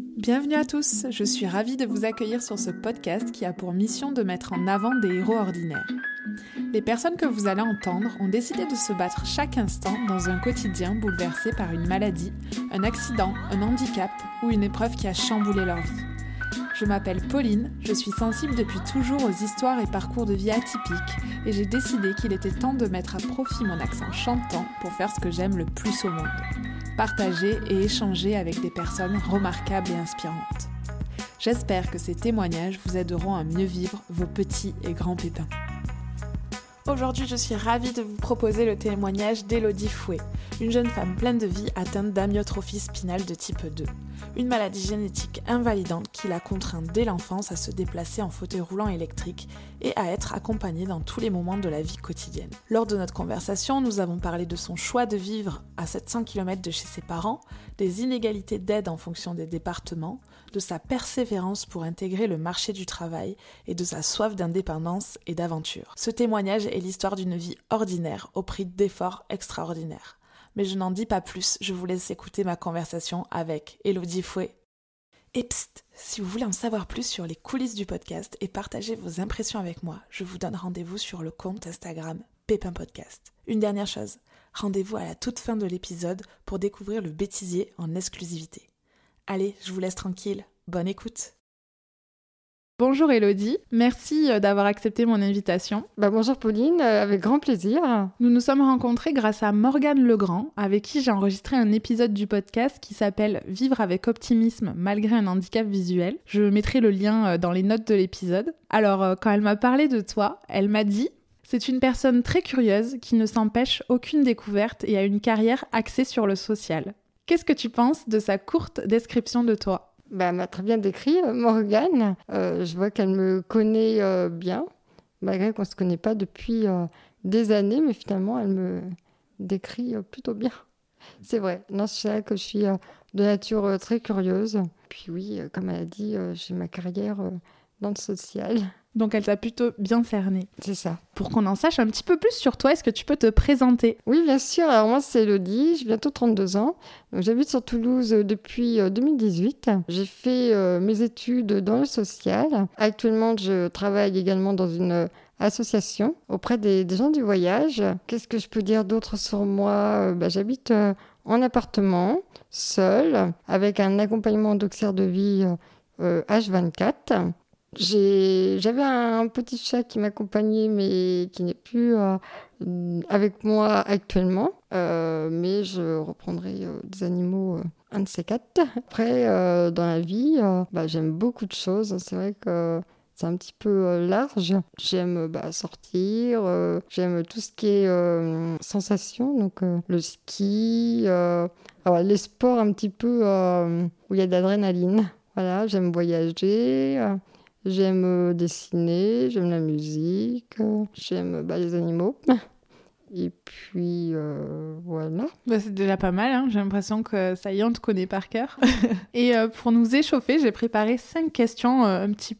Bienvenue à tous, je suis ravie de vous accueillir sur ce podcast qui a pour mission de mettre en avant des héros ordinaires. Les personnes que vous allez entendre ont décidé de se battre chaque instant dans un quotidien bouleversé par une maladie, un accident, un handicap ou une épreuve qui a chamboulé leur vie. Je m'appelle Pauline, je suis sensible depuis toujours aux histoires et parcours de vie atypiques et j'ai décidé qu'il était temps de mettre à profit mon accent chantant pour faire ce que j'aime le plus au monde. Partager et échanger avec des personnes remarquables et inspirantes. J'espère que ces témoignages vous aideront à mieux vivre vos petits et grands pépins. Aujourd'hui, je suis ravie de vous proposer le témoignage d'Élodie Fouet, une jeune femme pleine de vie atteinte d'amyotrophie spinale de type 2, une maladie génétique invalidante qui l'a contrainte dès l'enfance à se déplacer en fauteuil roulant électrique et à être accompagnée dans tous les moments de la vie quotidienne. Lors de notre conversation, nous avons parlé de son choix de vivre à 700 km de chez ses parents, des inégalités d'aide en fonction des départements, de sa persévérance pour intégrer le marché du travail et de sa soif d'indépendance et d'aventure. Ce témoignage est l'histoire d'une vie ordinaire au prix d'efforts extraordinaires. Mais je n'en dis pas plus, je vous laisse écouter ma conversation avec Élodie Fouet. Et psst, si vous voulez en savoir plus sur les coulisses du podcast et partager vos impressions avec moi, je vous donne rendez-vous sur le compte Instagram Pépin Podcast. Une dernière chose, rendez-vous à la toute fin de l'épisode pour découvrir le bêtisier en exclusivité. Allez, je vous laisse tranquille, bonne écoute. Bonjour Élodie, merci d'avoir accepté mon invitation. Bonjour Pauline, avec grand plaisir. Nous nous sommes rencontrés grâce à Morgane Legrand, avec qui j'ai enregistré un épisode du podcast qui s'appelle « Vivre avec optimisme malgré un handicap visuel ». Je mettrai le lien dans les notes de l'épisode. Alors, quand elle m'a parlé de toi, elle m'a dit « C'est une personne très curieuse qui ne s'empêche aucune découverte et a une carrière axée sur le social ». Qu'est-ce que tu penses de sa courte description de toi ? Elle m'a très bien décrit, Morgane. Je vois qu'elle me connaît bien, malgré qu'on ne se connaît pas depuis des années, mais finalement, elle me décrit plutôt bien. C'est vrai, non, c'est vrai que je suis de nature très curieuse. Puis oui, comme elle a dit, j'ai ma carrière dans le social. Donc elle t'a plutôt bien cerné. C'est ça. Pour qu'on en sache un petit peu plus sur toi, est-ce que tu peux te présenter ? Oui, bien sûr. Alors moi, c'est Élodie, j'ai bientôt 32 ans. Donc, j'habite sur Toulouse depuis 2018. J'ai fait mes études dans le social. Actuellement, je travaille également dans une association auprès des gens du voyage. Qu'est-ce que je peux dire d'autre sur moi ? J'habite en appartement, seule, avec un accompagnement d'auxiliaire de vie H24. J'avais un petit chat qui m'accompagnait, mais qui n'est plus avec moi actuellement. Mais je reprendrai des animaux, un de ces quatre. Après, dans la vie, j'aime beaucoup de choses. C'est vrai que c'est un petit peu large. J'aime sortir, j'aime tout ce qui est sensation, donc le ski, les sports un petit peu où il y a de l'adrénaline. Voilà, j'aime voyager. J'aime dessiner, j'aime la musique, j'aime les animaux. Et puis, voilà. C'est déjà pas mal, hein. J'ai l'impression que ça y est, on te connaît par cœur. Et pour nous échauffer, j'ai préparé 5 questions un petit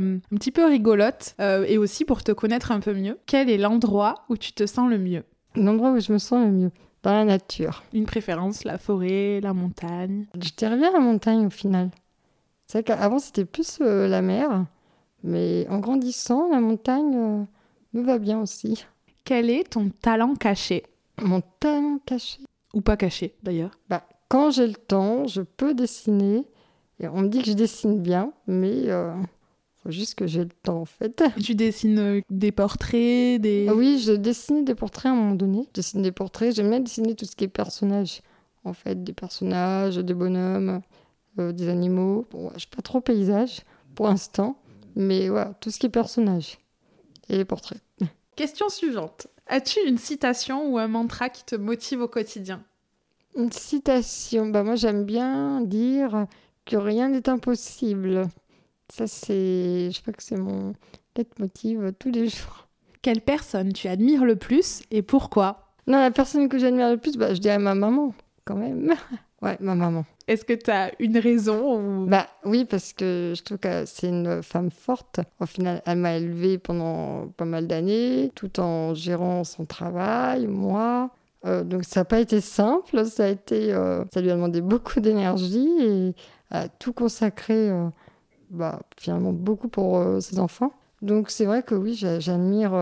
peu rigolotes et aussi pour te connaître un peu mieux. Quel est l'endroit où tu te sens le mieux ? L'endroit où je me sens le mieux, dans la nature. Une préférence, la forêt, la montagne ? Je dirais bien la montagne au final. C'est vrai qu'avant, c'était plus la mer, mais en grandissant, la montagne me va bien aussi. Quel est ton talent caché ? Mon talent caché ? Ou pas caché, d'ailleurs. Quand j'ai le temps, je peux dessiner. Et on me dit que je dessine bien, mais faut juste que j'ai le temps, en fait. Tu dessines des portraits, Oui, je dessine des portraits à un moment donné. Je dessine des portraits. J'aime bien dessiner tout ce qui est personnages. En fait, des personnages, des bonhommes... des animaux. Je ne suis pas trop paysage pour l'instant, mais voilà, tout ce qui est personnage et les portraits. Question suivante. As-tu une citation ou un mantra qui te motive au quotidien ? Une citation. Moi, j'aime bien dire que rien n'est impossible. Ça, je crois que c'est mon leitmotiv tous les jours. Quelle personne tu admires le plus et pourquoi ? Non, la personne que j'admire le plus, je dirais ma maman, quand même. Ouais, ma maman. Est-ce que tu as une raison ou... Oui, parce que je trouve que c'est une femme forte. Au final, elle m'a élevée pendant pas mal d'années, tout en gérant son travail, moi. Donc ça n'a pas été simple, ça lui a demandé beaucoup d'énergie et a tout consacré finalement beaucoup pour ses enfants. Donc c'est vrai que oui, j'admire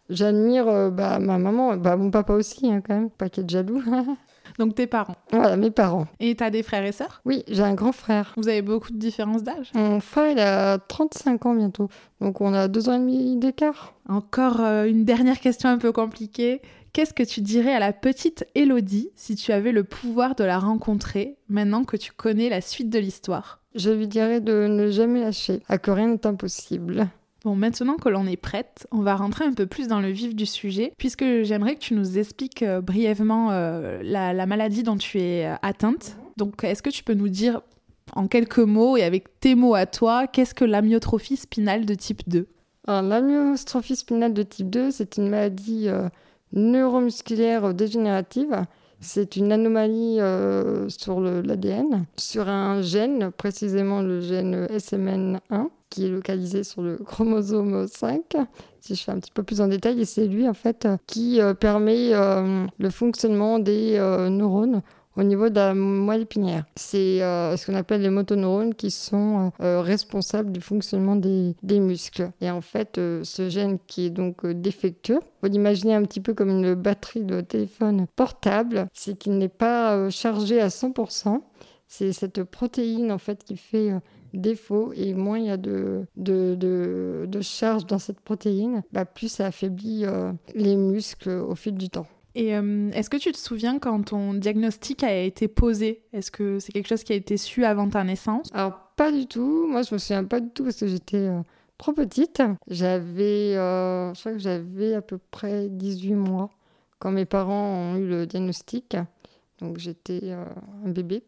ma maman, mon papa aussi quand même, pas qu'il est jaloux. Donc tes parents. Voilà, mes parents. Et t'as des frères et sœurs ? Oui, j'ai un grand frère. Vous avez beaucoup de différences d'âge ? Mon frère, il a 35 ans bientôt, donc on a 2 ans et demi d'écart. Encore une dernière question un peu compliquée. Qu'est-ce que tu dirais à la petite Élodie si tu avais le pouvoir de la rencontrer, maintenant que tu connais la suite de l'histoire ? Je lui dirais de ne jamais lâcher, que rien n'est impossible. Bon, maintenant que l'on est prête, on va rentrer un peu plus dans le vif du sujet, puisque j'aimerais que tu nous expliques brièvement la maladie dont tu es atteinte. Donc, est-ce que tu peux nous dire en quelques mots et avec tes mots à toi, qu'est-ce que l'amyotrophie spinale de type 2 ? Alors, l'amyotrophie spinale de type 2, c'est une maladie neuromusculaire dégénérative. C'est une anomalie sur l'ADN, sur un gène, précisément le gène SMN1, qui est localisé sur le chromosome 5, si je fais un petit peu plus en détail. Et c'est lui, en fait, qui permet le fonctionnement des neurones au niveau de la moelle épinière. C'est ce qu'on appelle les motoneurones qui sont responsables du fonctionnement des muscles. Et en fait, ce gène qui est donc défectueux, il faut l'imaginer un petit peu comme une batterie de téléphone portable, c'est qu'il n'est pas chargé à 100%. C'est cette protéine en fait qui fait défaut, et moins il y a de charge dans cette protéine, plus ça affaiblit les muscles au fil du temps. Et est-ce que tu te souviens quand ton diagnostic a été posé ? Est-ce que c'est quelque chose qui a été su avant ta naissance ? Alors, pas du tout. Moi, je me souviens pas du tout parce que j'étais trop petite. Je crois que j'avais à peu près 18 mois quand mes parents ont eu le diagnostic. Donc, j'étais un bébé.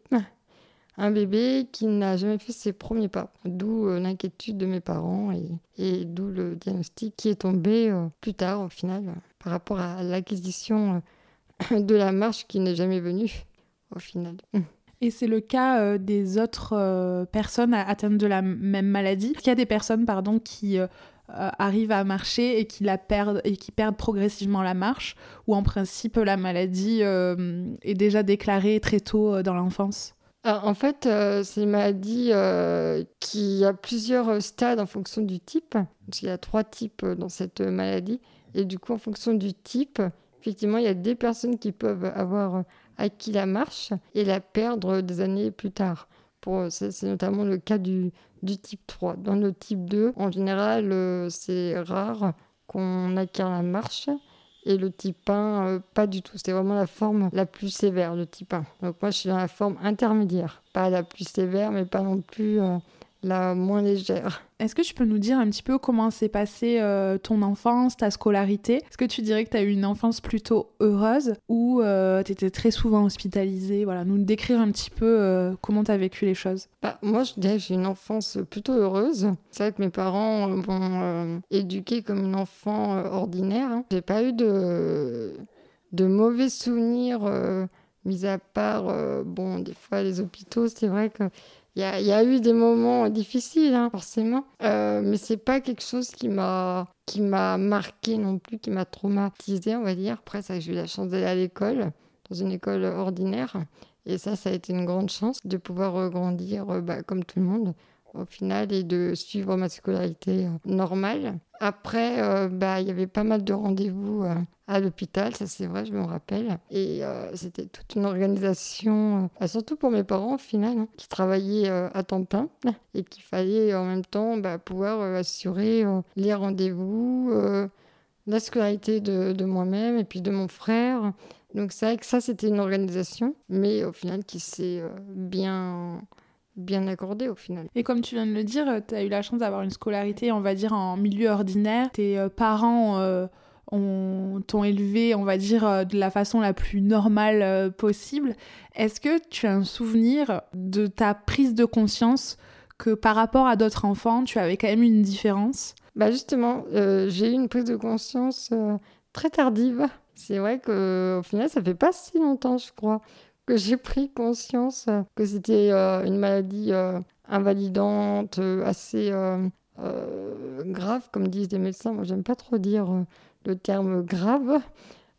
Un bébé qui n'a jamais fait ses premiers pas. D'où l'inquiétude de mes parents et d'où le diagnostic qui est tombé plus tard, au final, par rapport à l'acquisition de la marche qui n'est jamais venue, au final. Et c'est le cas des autres personnes atteintes de la même maladie. Il y a des personnes qui arrivent à marcher et qui perdent progressivement la marche, ou en principe la maladie est déjà déclarée très tôt dans l'enfance. Alors, en fait, c'est une maladie qui a plusieurs stades en fonction du type. Il y a 3 types dans cette maladie. Et du coup, en fonction du type, effectivement, il y a des personnes qui peuvent avoir acquis la marche et la perdre des années plus tard. C'est notamment le cas du type 3. Dans le type 2, en général, c'est rare qu'on acquiert la marche. Et le type 1, pas du tout. C'est vraiment la forme la plus sévère, le type 1. Donc moi, je suis dans la forme intermédiaire. Pas la plus sévère, mais pas non plus la moins légère. Est-ce que tu peux nous dire un petit peu comment s'est passée ton enfance, ta scolarité ? Est-ce que tu dirais que tu as eu une enfance plutôt heureuse ou tu étais très souvent hospitalisée ? Voilà, nous décrire un petit peu comment tu as vécu les choses. Moi, je dirais que j'ai une enfance plutôt heureuse. C'est vrai que mes parents m'ont éduquée comme une enfant ordinaire. J'ai pas eu de mauvais souvenirs, mis à part, des fois les hôpitaux, c'est vrai que il y a eu des moments difficiles, forcément, mais c'est pas quelque chose qui m'a marqué non plus, qui m'a traumatisée, on va dire. Après, ça, j'ai eu la chance d'aller à l'école, dans une école ordinaire, et ça a été une grande chance de pouvoir grandir comme tout le monde, au final, et de suivre ma scolarité normale. Après, il y avait pas mal de rendez-vous à l'hôpital, ça c'est vrai, je me rappelle. Et c'était toute une organisation, surtout pour mes parents au final, qui travaillaient à temps plein et qu'il fallait en même temps pouvoir assurer les rendez-vous, la scolarité de moi-même et puis de mon frère. Donc c'est vrai que ça, c'était une organisation, mais au final qui s'est bien accordé au final. Et comme tu viens de le dire, tu as eu la chance d'avoir une scolarité, on va dire, en milieu ordinaire. Tes parents t'ont élevé, on va dire, de la façon la plus normale possible. Est-ce que tu as un souvenir de ta prise de conscience que par rapport à d'autres enfants, tu avais quand même une différence ? Justement, j'ai eu une prise de conscience très tardive. C'est vrai qu'au final, ça fait pas si longtemps, je crois, que j'ai pris conscience que c'était une maladie invalidante, assez grave, comme disent les médecins. Moi, j'aime pas trop dire le terme grave,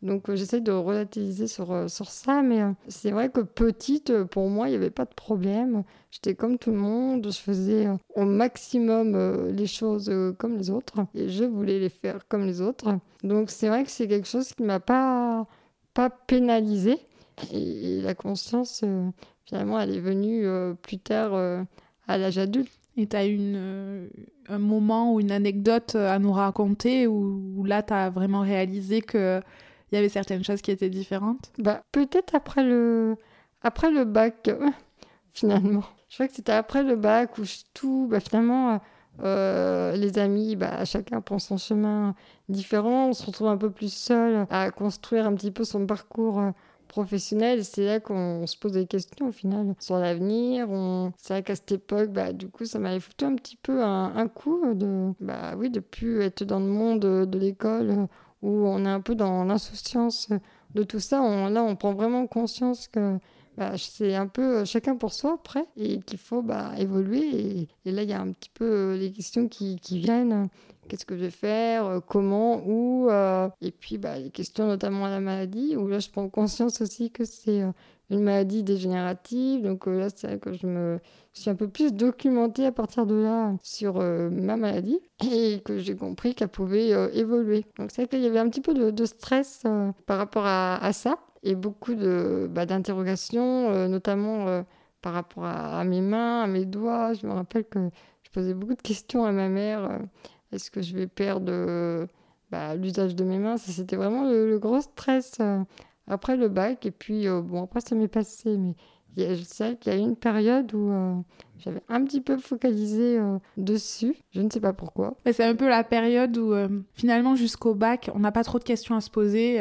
Donc j'essaye de relativiser sur ça, mais c'est vrai que petite, pour moi, il n'y avait pas de problème. J'étais comme tout le monde, je faisais au maximum les choses comme les autres, et je voulais les faire comme les autres. Donc c'est vrai que c'est quelque chose qui ne m'a pas pénalisée. Et la conscience, finalement, elle est venue plus tard à l'âge adulte. Et tu as un moment ou une anecdote à nous raconter où là, tu as vraiment réalisé qu'il y avait certaines choses qui étaient différentes? Peut-être après le bac, finalement. Je crois que c'était après le bac où finalement, les amis, chacun prend son chemin différent. On se retrouve un peu plus seul à construire un petit peu son parcours professionnel. Et c'est là qu'on se pose des questions au final sur l'avenir. C'est vrai qu'à cette époque, du coup, ça m'avait foutu un petit peu un coup de plus être dans le monde de l'école où on est un peu dans l'insouciance de tout ça. Là, on prend vraiment conscience que c'est un peu chacun pour soi après et qu'il faut évoluer. Et là, il y a un petit peu les questions qui viennent. Qu'est-ce que je vais faire, comment, où, et puis les questions notamment à la maladie, où là je prends conscience aussi que c'est une maladie dégénérative, donc là c'est vrai que je me suis un peu plus documentée à partir de là sur ma maladie, et que j'ai compris qu'elle pouvait évoluer. Donc c'est vrai qu'il y avait un petit peu de stress par rapport à ça, et beaucoup d'interrogations, notamment par rapport à mes mains, à mes doigts. Je me rappelle que je posais beaucoup de questions à ma mère. Est-ce que je vais perdre l'usage de mes mains? Ça, c'était vraiment le gros stress après le bac. Et puis, après, ça m'est passé. Mais je sais qu'il y a eu une période où j'avais un petit peu focalisé dessus. Je ne sais pas pourquoi. C'est un peu la période où, finalement, jusqu'au bac, on n'a pas trop de questions à se poser.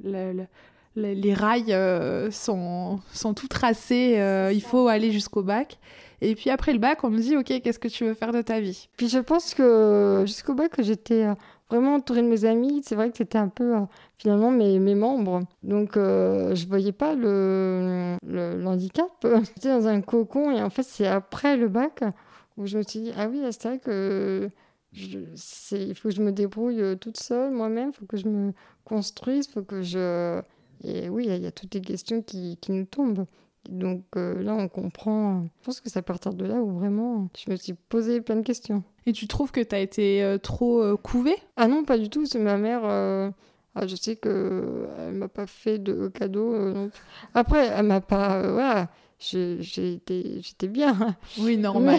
Les rails sont tout tracés. Il faut aller jusqu'au bac. Et puis après le bac, on me dit, OK, qu'est-ce que tu veux faire de ta vie? Puis je pense que jusqu'au bac, j'étais vraiment entourée de mes amis. C'est vrai que c'était un peu, finalement, mes membres. Donc, je voyais pas le handicap. J'étais dans un cocon et en fait, c'est après le bac où je me suis dit, ah oui, c'est vrai que il faut que je me débrouille toute seule, moi-même. Il faut que je me construise, il faut que je... Et oui, il y a toutes les questions qui nous tombent. Donc là, on comprend. Je pense que c'est à partir de là où vraiment je me suis posé plein de questions. Et tu trouves que tu as été trop couvée? Ah non, pas du tout. C'est ma mère. Je sais qu'elle ne m'a pas fait de cadeau. Non. Après, elle m'a pas. Voilà. J'étais bien. Oui, normal.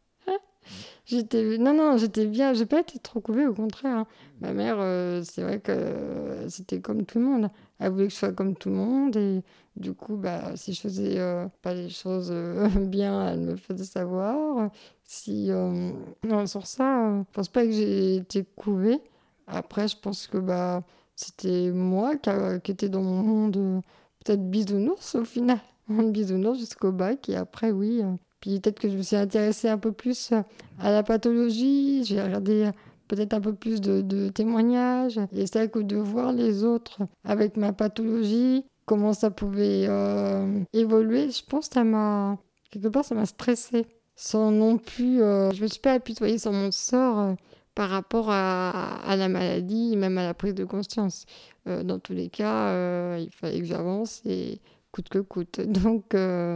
J'étais bien. J'ai pas été trop couvée, au contraire. Hein. Ma mère, c'est vrai que c'était comme tout le monde. Elle voulait que je sois comme tout le monde. Et du coup, si je faisais pas les choses bien, elle me faisait savoir. Non, sur ça, je pense pas que j'ai été couvée. Après, je pense que c'était moi qui était dans mon monde, peut-être bisounours au final. Mon bisounours jusqu'au bac. Et après, oui. Puis peut-être que je me suis intéressée un peu plus à la pathologie. J'ai regardé peut-être un peu plus de témoignages. Et c'est vrai que de voir les autres avec ma pathologie, comment ça pouvait évoluer, je pense que quelque part, ça m'a stressée. Sans non plus... je me suis pas apitoyée sur mon sort par rapport à la maladie, même à la prise de conscience. Dans tous les cas, il fallait que j'avance et coûte que coûte. Donc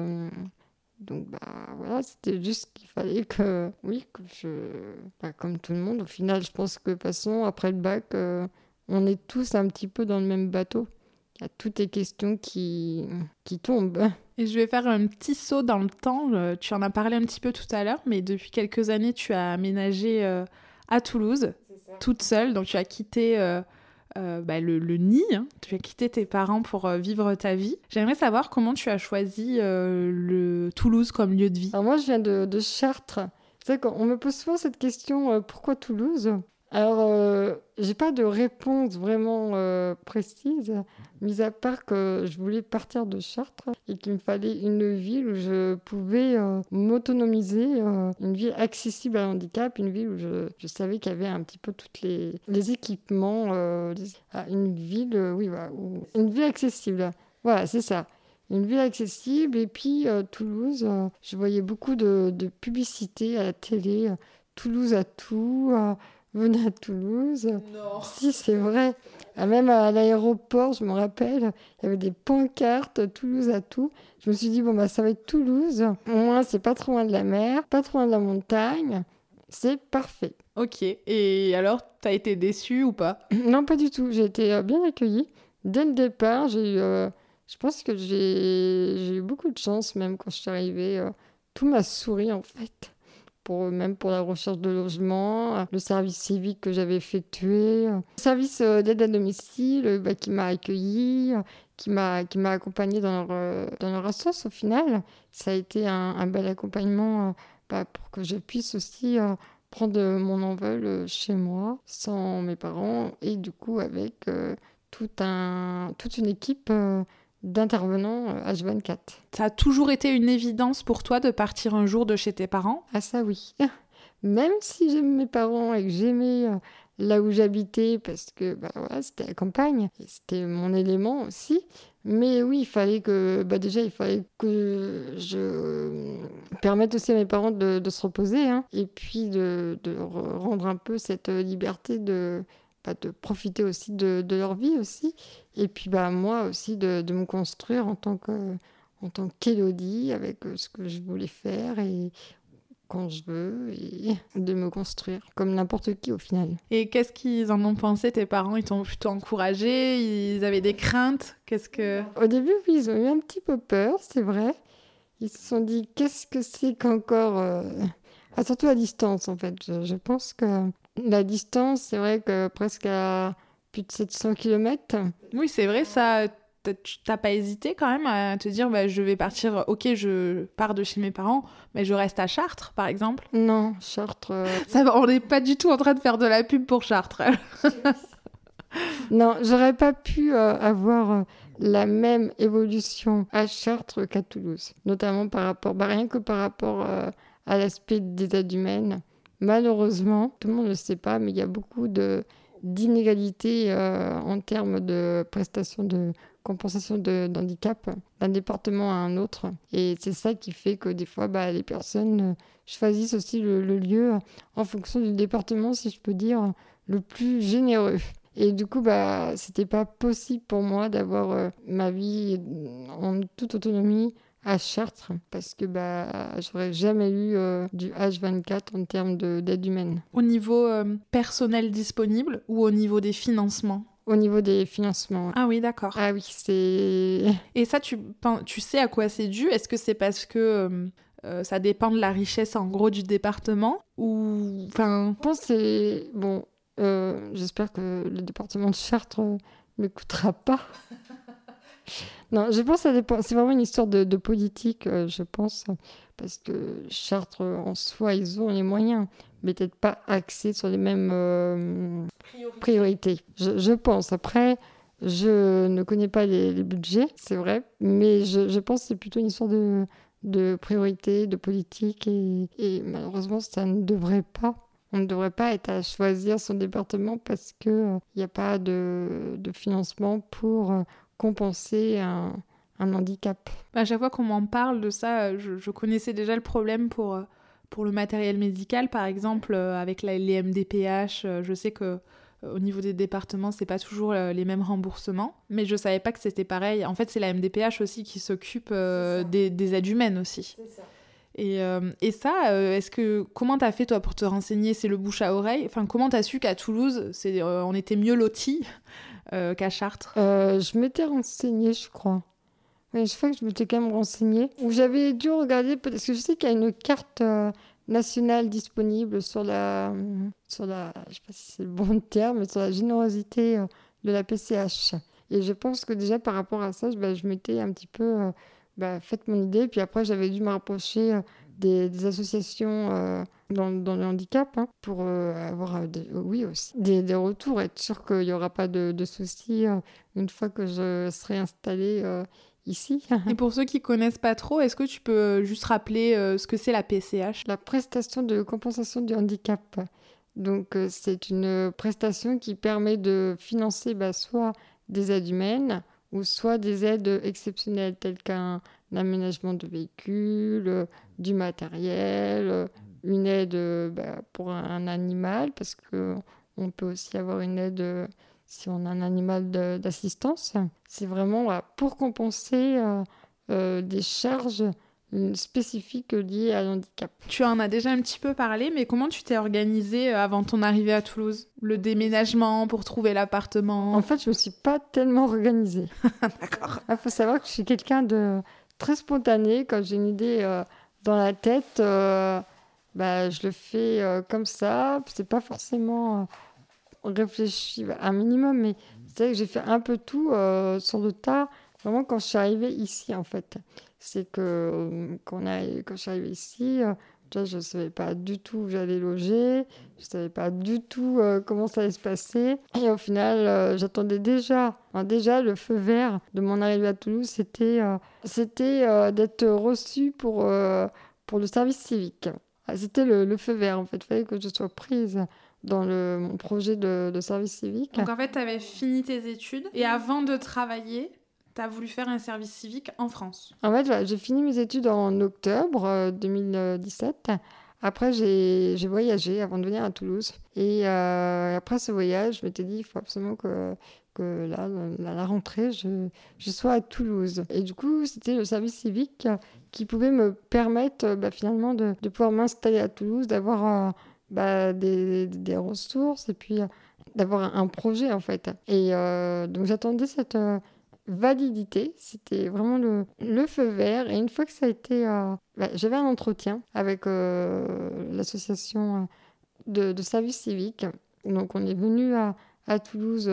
voilà, c'était juste qu'il fallait que comme tout le monde, au final, je pense que de toute façon, après le bac, on est tous un petit peu dans le même bateau. Il y a toutes les questions qui tombent. Et je vais faire un petit saut dans le temps. Tu en as parlé un petit peu tout à l'heure, mais depuis quelques années, tu as aménagé à Toulouse, toute seule. Donc tu as quitté le nid, hein. Tu as quitté tes parents pour vivre ta vie. J'aimerais savoir comment tu as choisi le Toulouse comme lieu de vie. Alors moi, je viens de Chartres. C'est vrai qu'on me pose souvent cette question, pourquoi Toulouse ? Alors, j'ai pas de réponse vraiment précise, mis à part que je voulais partir de Chartres et qu'il me fallait une ville où je pouvais m'autonomiser, une ville accessible à l'handicap, une ville où je savais qu'il y avait un petit peu tous les équipements, une ville, une ville accessible. Voilà, c'est ça. Une ville accessible. Et puis, Toulouse, je voyais beaucoup de publicités à la télé. Toulouse a tout. venez à Toulouse. Non. Si, c'est vrai. Ah, même à l'aéroport, je me rappelle, il y avait des pancartes Toulouse à tout. Je me suis dit, bon, bah, ça va être Toulouse. Au moins, c'est pas trop loin de la mer, pas trop loin de la montagne. C'est parfait. Ok, et alors, t'as été déçue ou pas? Non, pas du tout. J'ai été bien accueillie. Dès le départ, je pense que j'ai eu beaucoup de chance, même quand je suis arrivée. Tout m'a souri, en fait. Même pour la recherche de logement, le service civique que j'avais effectué, le service d'aide à domicile qui m'a accueilli, qui m'a accompagné dans leur assos au final. Ça a été un bel accompagnement pour que je puisse aussi prendre mon envol chez moi, sans mes parents, et du coup avec toute une équipe d'intervenants H24. Ça a toujours été une évidence pour toi de partir un jour de chez tes parents? Ah ça oui. Même si j'aime mes parents et que j'aimais là où j'habitais, parce que voilà, c'était la campagne, et c'était mon élément aussi. Mais oui, il fallait que je permette aussi à mes parents de se reposer, hein, et puis de rendre un peu cette liberté de profiter aussi de leur vie aussi. Et puis moi aussi de me construire en tant qu'Élodie avec ce que je voulais faire et quand je veux et de me construire comme n'importe qui au final. Et qu'est-ce qu'ils en ont pensé, tes parents? Ils t'ont plutôt encouragé? Ils avaient des craintes? Au début, oui, ils ont eu un petit peu peur, c'est vrai. Ils se sont dit, qu'est-ce que c'est qu'encore... surtout à distance, en fait. Je pense que la distance, c'est vrai que presque à plus de 700 km. Oui, c'est vrai, ça. T'as pas hésité quand même à te dire, je vais partir, ok, je pars de chez mes parents, mais je reste à Chartres, par exemple? Non, Chartres... Ça va, on n'est pas du tout en train de faire de la pub pour Chartres. Non, j'aurais pas pu avoir la même évolution à Chartres qu'à Toulouse, notamment rien que par rapport à l'aspect des aides humaines. Malheureusement, tout le monde ne le sait pas, mais il y a beaucoup d'inégalités en termes de prestations de compensation d'handicap d'un département à un autre. Et c'est ça qui fait que des fois, les personnes choisissent aussi le lieu en fonction du département, si je peux dire, le plus généreux. Et du coup, c'était pas possible pour moi d'avoir ma vie en toute autonomie à Chartres parce que j'aurais jamais eu du H24 en termes d'aide humaine. Au niveau personnel disponible ou au niveau des financements? Au niveau des financements. Ah oui, d'accord. Ah oui, c'est... Et ça, tu sais à quoi c'est dû? Est-ce que c'est parce que ça dépend de la richesse en gros du département ou... Je pense que c'est... Bon, j'espère que le département de Chartres ne m'écoutera pas. Non, je pense que ça dépend. C'est vraiment une histoire de politique, je pense, parce que Chartres, en soi, ils ont les moyens, mais peut-être pas axés sur les mêmes priorités. Je pense. Après, je ne connais pas les budgets, c'est vrai, mais je pense que c'est plutôt une histoire de priorité, de politique, et malheureusement, ça ne devrait pas. On ne devrait pas être à choisir son département parce qu'il n'y a pas de financement pour compenser un handicap. À chaque fois qu'on m'en parle de ça, je connaissais déjà le problème pour le matériel médical, par exemple, avec les MDPH. Je sais que au niveau des départements, c'est pas toujours les mêmes remboursements, mais je savais pas que c'était pareil. En fait, c'est la MDPH aussi qui s'occupe des aides humaines aussi. C'est ça. Et ça, comment t'as fait toi pour te renseigner? C'est le bouche à oreille? Enfin, comment t'as su qu'à Toulouse, on était mieux lotis qu'à Chartres? Je m'étais renseignée, je crois. Oui, je crois que je m'étais quand même renseignée. Ou j'avais dû regarder, parce que je sais qu'il y a une carte nationale disponible sur la, je sais pas si c'est le bon terme, mais sur la générosité de la PCH. Et je pense que déjà par rapport à ça, je m'étais un petit peu fait mon idée. Puis après, j'avais dû me rapprocher des associations dans le handicap pour avoir des retours, être sûr qu'il n'y aura pas de soucis une fois que je serai installée ici. Et pour ceux qui connaissent pas trop, est-ce que tu peux juste rappeler ce que c'est la PCH? La prestation de compensation du handicap. Donc, c'est une prestation qui permet de financer soit des aides humaines ou soit des aides exceptionnelles telles qu'un aménagement de véhicules, du matériel, une aide pour un animal, parce qu'on peut aussi avoir une aide si on a un animal d'assistance. C'est vraiment pour compenser des charges spécifiques liées à l'handicap. Tu en as déjà un petit peu parlé, mais comment tu t'es organisée avant ton arrivée à Toulouse? Le déménagement pour trouver l'appartement? En fait, je me suis pas tellement organisée. D'accord. Il faut savoir que je suis quelqu'un de très spontané. Quand j'ai une idée dans la tête, je le fais comme ça. C'est pas forcément réfléchi un minimum, mais c'est vrai que j'ai fait un peu tout sur le tas, vraiment quand je suis arrivée ici, en fait. C'est que quand je suis arrivée ici, déjà, je ne savais pas du tout où j'allais loger, je ne savais pas du tout comment ça allait se passer. Et au final, j'attendais déjà le feu vert de mon arrivée à Toulouse, c'était d'être reçue pour le service civique. C'était le feu vert, en fait. Il fallait que je sois prise dans mon projet de service civique. Donc en fait, tu avais fini tes études et avant de travailler, tu as voulu faire un service civique en France. En fait, j'ai fini mes études en octobre 2017. Après, j'ai voyagé avant de venir à Toulouse. Et après ce voyage, je m'étais dit, il faut absolument que là, la rentrée, je sois à Toulouse. Et du coup, c'était le service civique qui pouvait me permettre finalement de pouvoir m'installer à Toulouse, d'avoir des ressources et puis d'avoir un projet en fait. Et donc j'attendais cette validité, c'était vraiment le feu vert. Et une fois que ça a été... j'avais un entretien avec l'association de service civique. Donc on est venu à Toulouse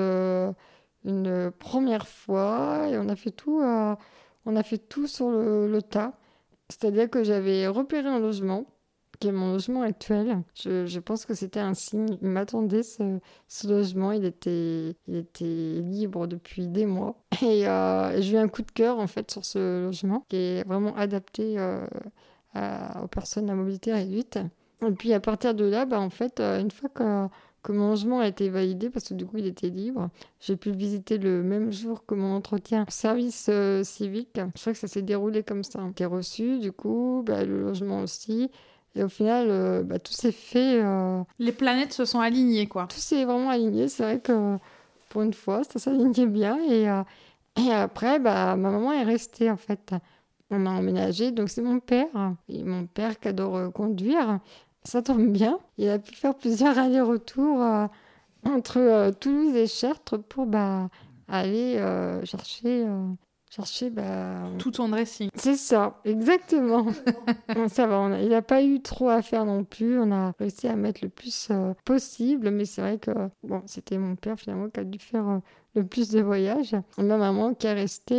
une première fois et on a fait tout sur le tas. C'est-à-dire que j'avais repéré un logement qui est mon logement actuel. Je pense que c'était un signe. Il m'attendait ce logement. Il était libre depuis des mois. Et j'ai eu un coup de cœur en fait sur ce logement qui est vraiment adapté aux personnes à mobilité réduite. Et puis à partir de là, en fait, une fois que mon logement a été validé, parce que du coup il était libre, j'ai pu le visiter le même jour que mon entretien service civique. Je crois que ça s'est déroulé comme ça. J'ai reçu du coup le logement aussi. Et au final, tout s'est fait... Les planètes se sont alignées, quoi. Tout s'est vraiment aligné. C'est vrai que pour une fois, ça s'alignait bien. Et après, ma maman est restée, en fait. On a emménagé, donc c'est mon père. Et mon père qui adore conduire. Ça tombe bien. Il a pu faire plusieurs allers-retours entre Toulouse et Chartres pour aller chercher tout ton dressing. C'est ça, exactement. Bon, ça va, il n'a pas eu trop à faire non plus. On a réussi à mettre le plus possible, mais c'est vrai que c'était mon père finalement qui a dû faire le plus de voyages. Et ma maman qui est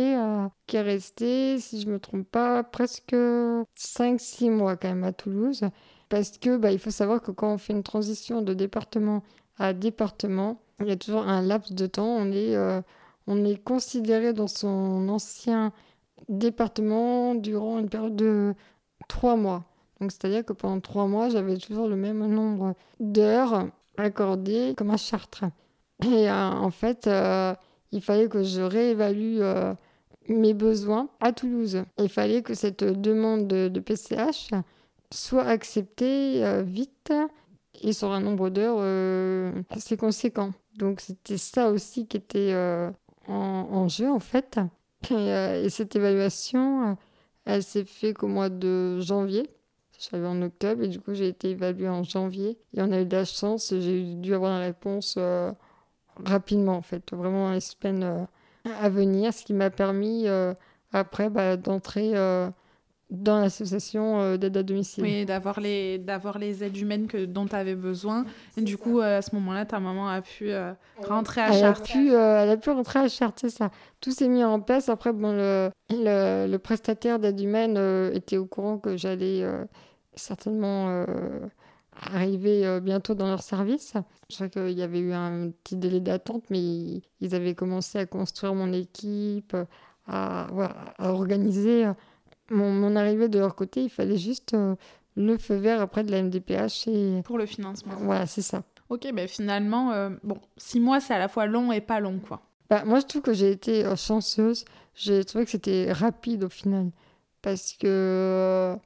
restée, si je me trompe pas, presque 5-6 mois quand même à Toulouse. Parce que il faut savoir que quand on fait une transition de département à département, il y a toujours un laps de temps. On est considéré dans son ancien département durant une période de 3 mois. Donc, c'est-à-dire que pendant 3 mois, j'avais toujours le même nombre d'heures accordées comme à Chartres. Et en fait, il fallait que je réévalue mes besoins à Toulouse. Il fallait que cette demande de PCH soit acceptée vite et sur un nombre d'heures assez conséquent. Donc, c'était ça aussi qui était en jeu, en fait. Et cette évaluation, elle s'est faite qu'au mois de janvier. Je suis arrivée en octobre et du coup, j'ai été évaluée en janvier. Et on a eu de la chance, j'ai dû avoir la réponse rapidement, en fait, vraiment dans les semaines à venir, ce qui m'a permis après d'entrer dans l'association d'aide à domicile. Oui, d'avoir les aides humaines dont tu avais besoin. Et du coup, à ce moment-là, ta maman a pu rentrer à Chartres. Elle a pu rentrer à Chartres, c'est ça. Tout s'est mis en place. Après, le prestataire d'aide humaine était au courant que j'allais certainement arriver bientôt dans leur service. Je sais qu'il y avait eu un petit délai d'attente, mais ils avaient commencé à construire mon équipe, à organiser... Mon arrivée de leur côté, il fallait juste le feu vert après de la MDPH. Pour le financement. Voilà, c'est ça. Ok, finalement, 6 mois, c'est à la fois long et pas long, quoi. Moi, je trouve que j'ai été chanceuse. J'ai trouvé que c'était rapide au final. Parce que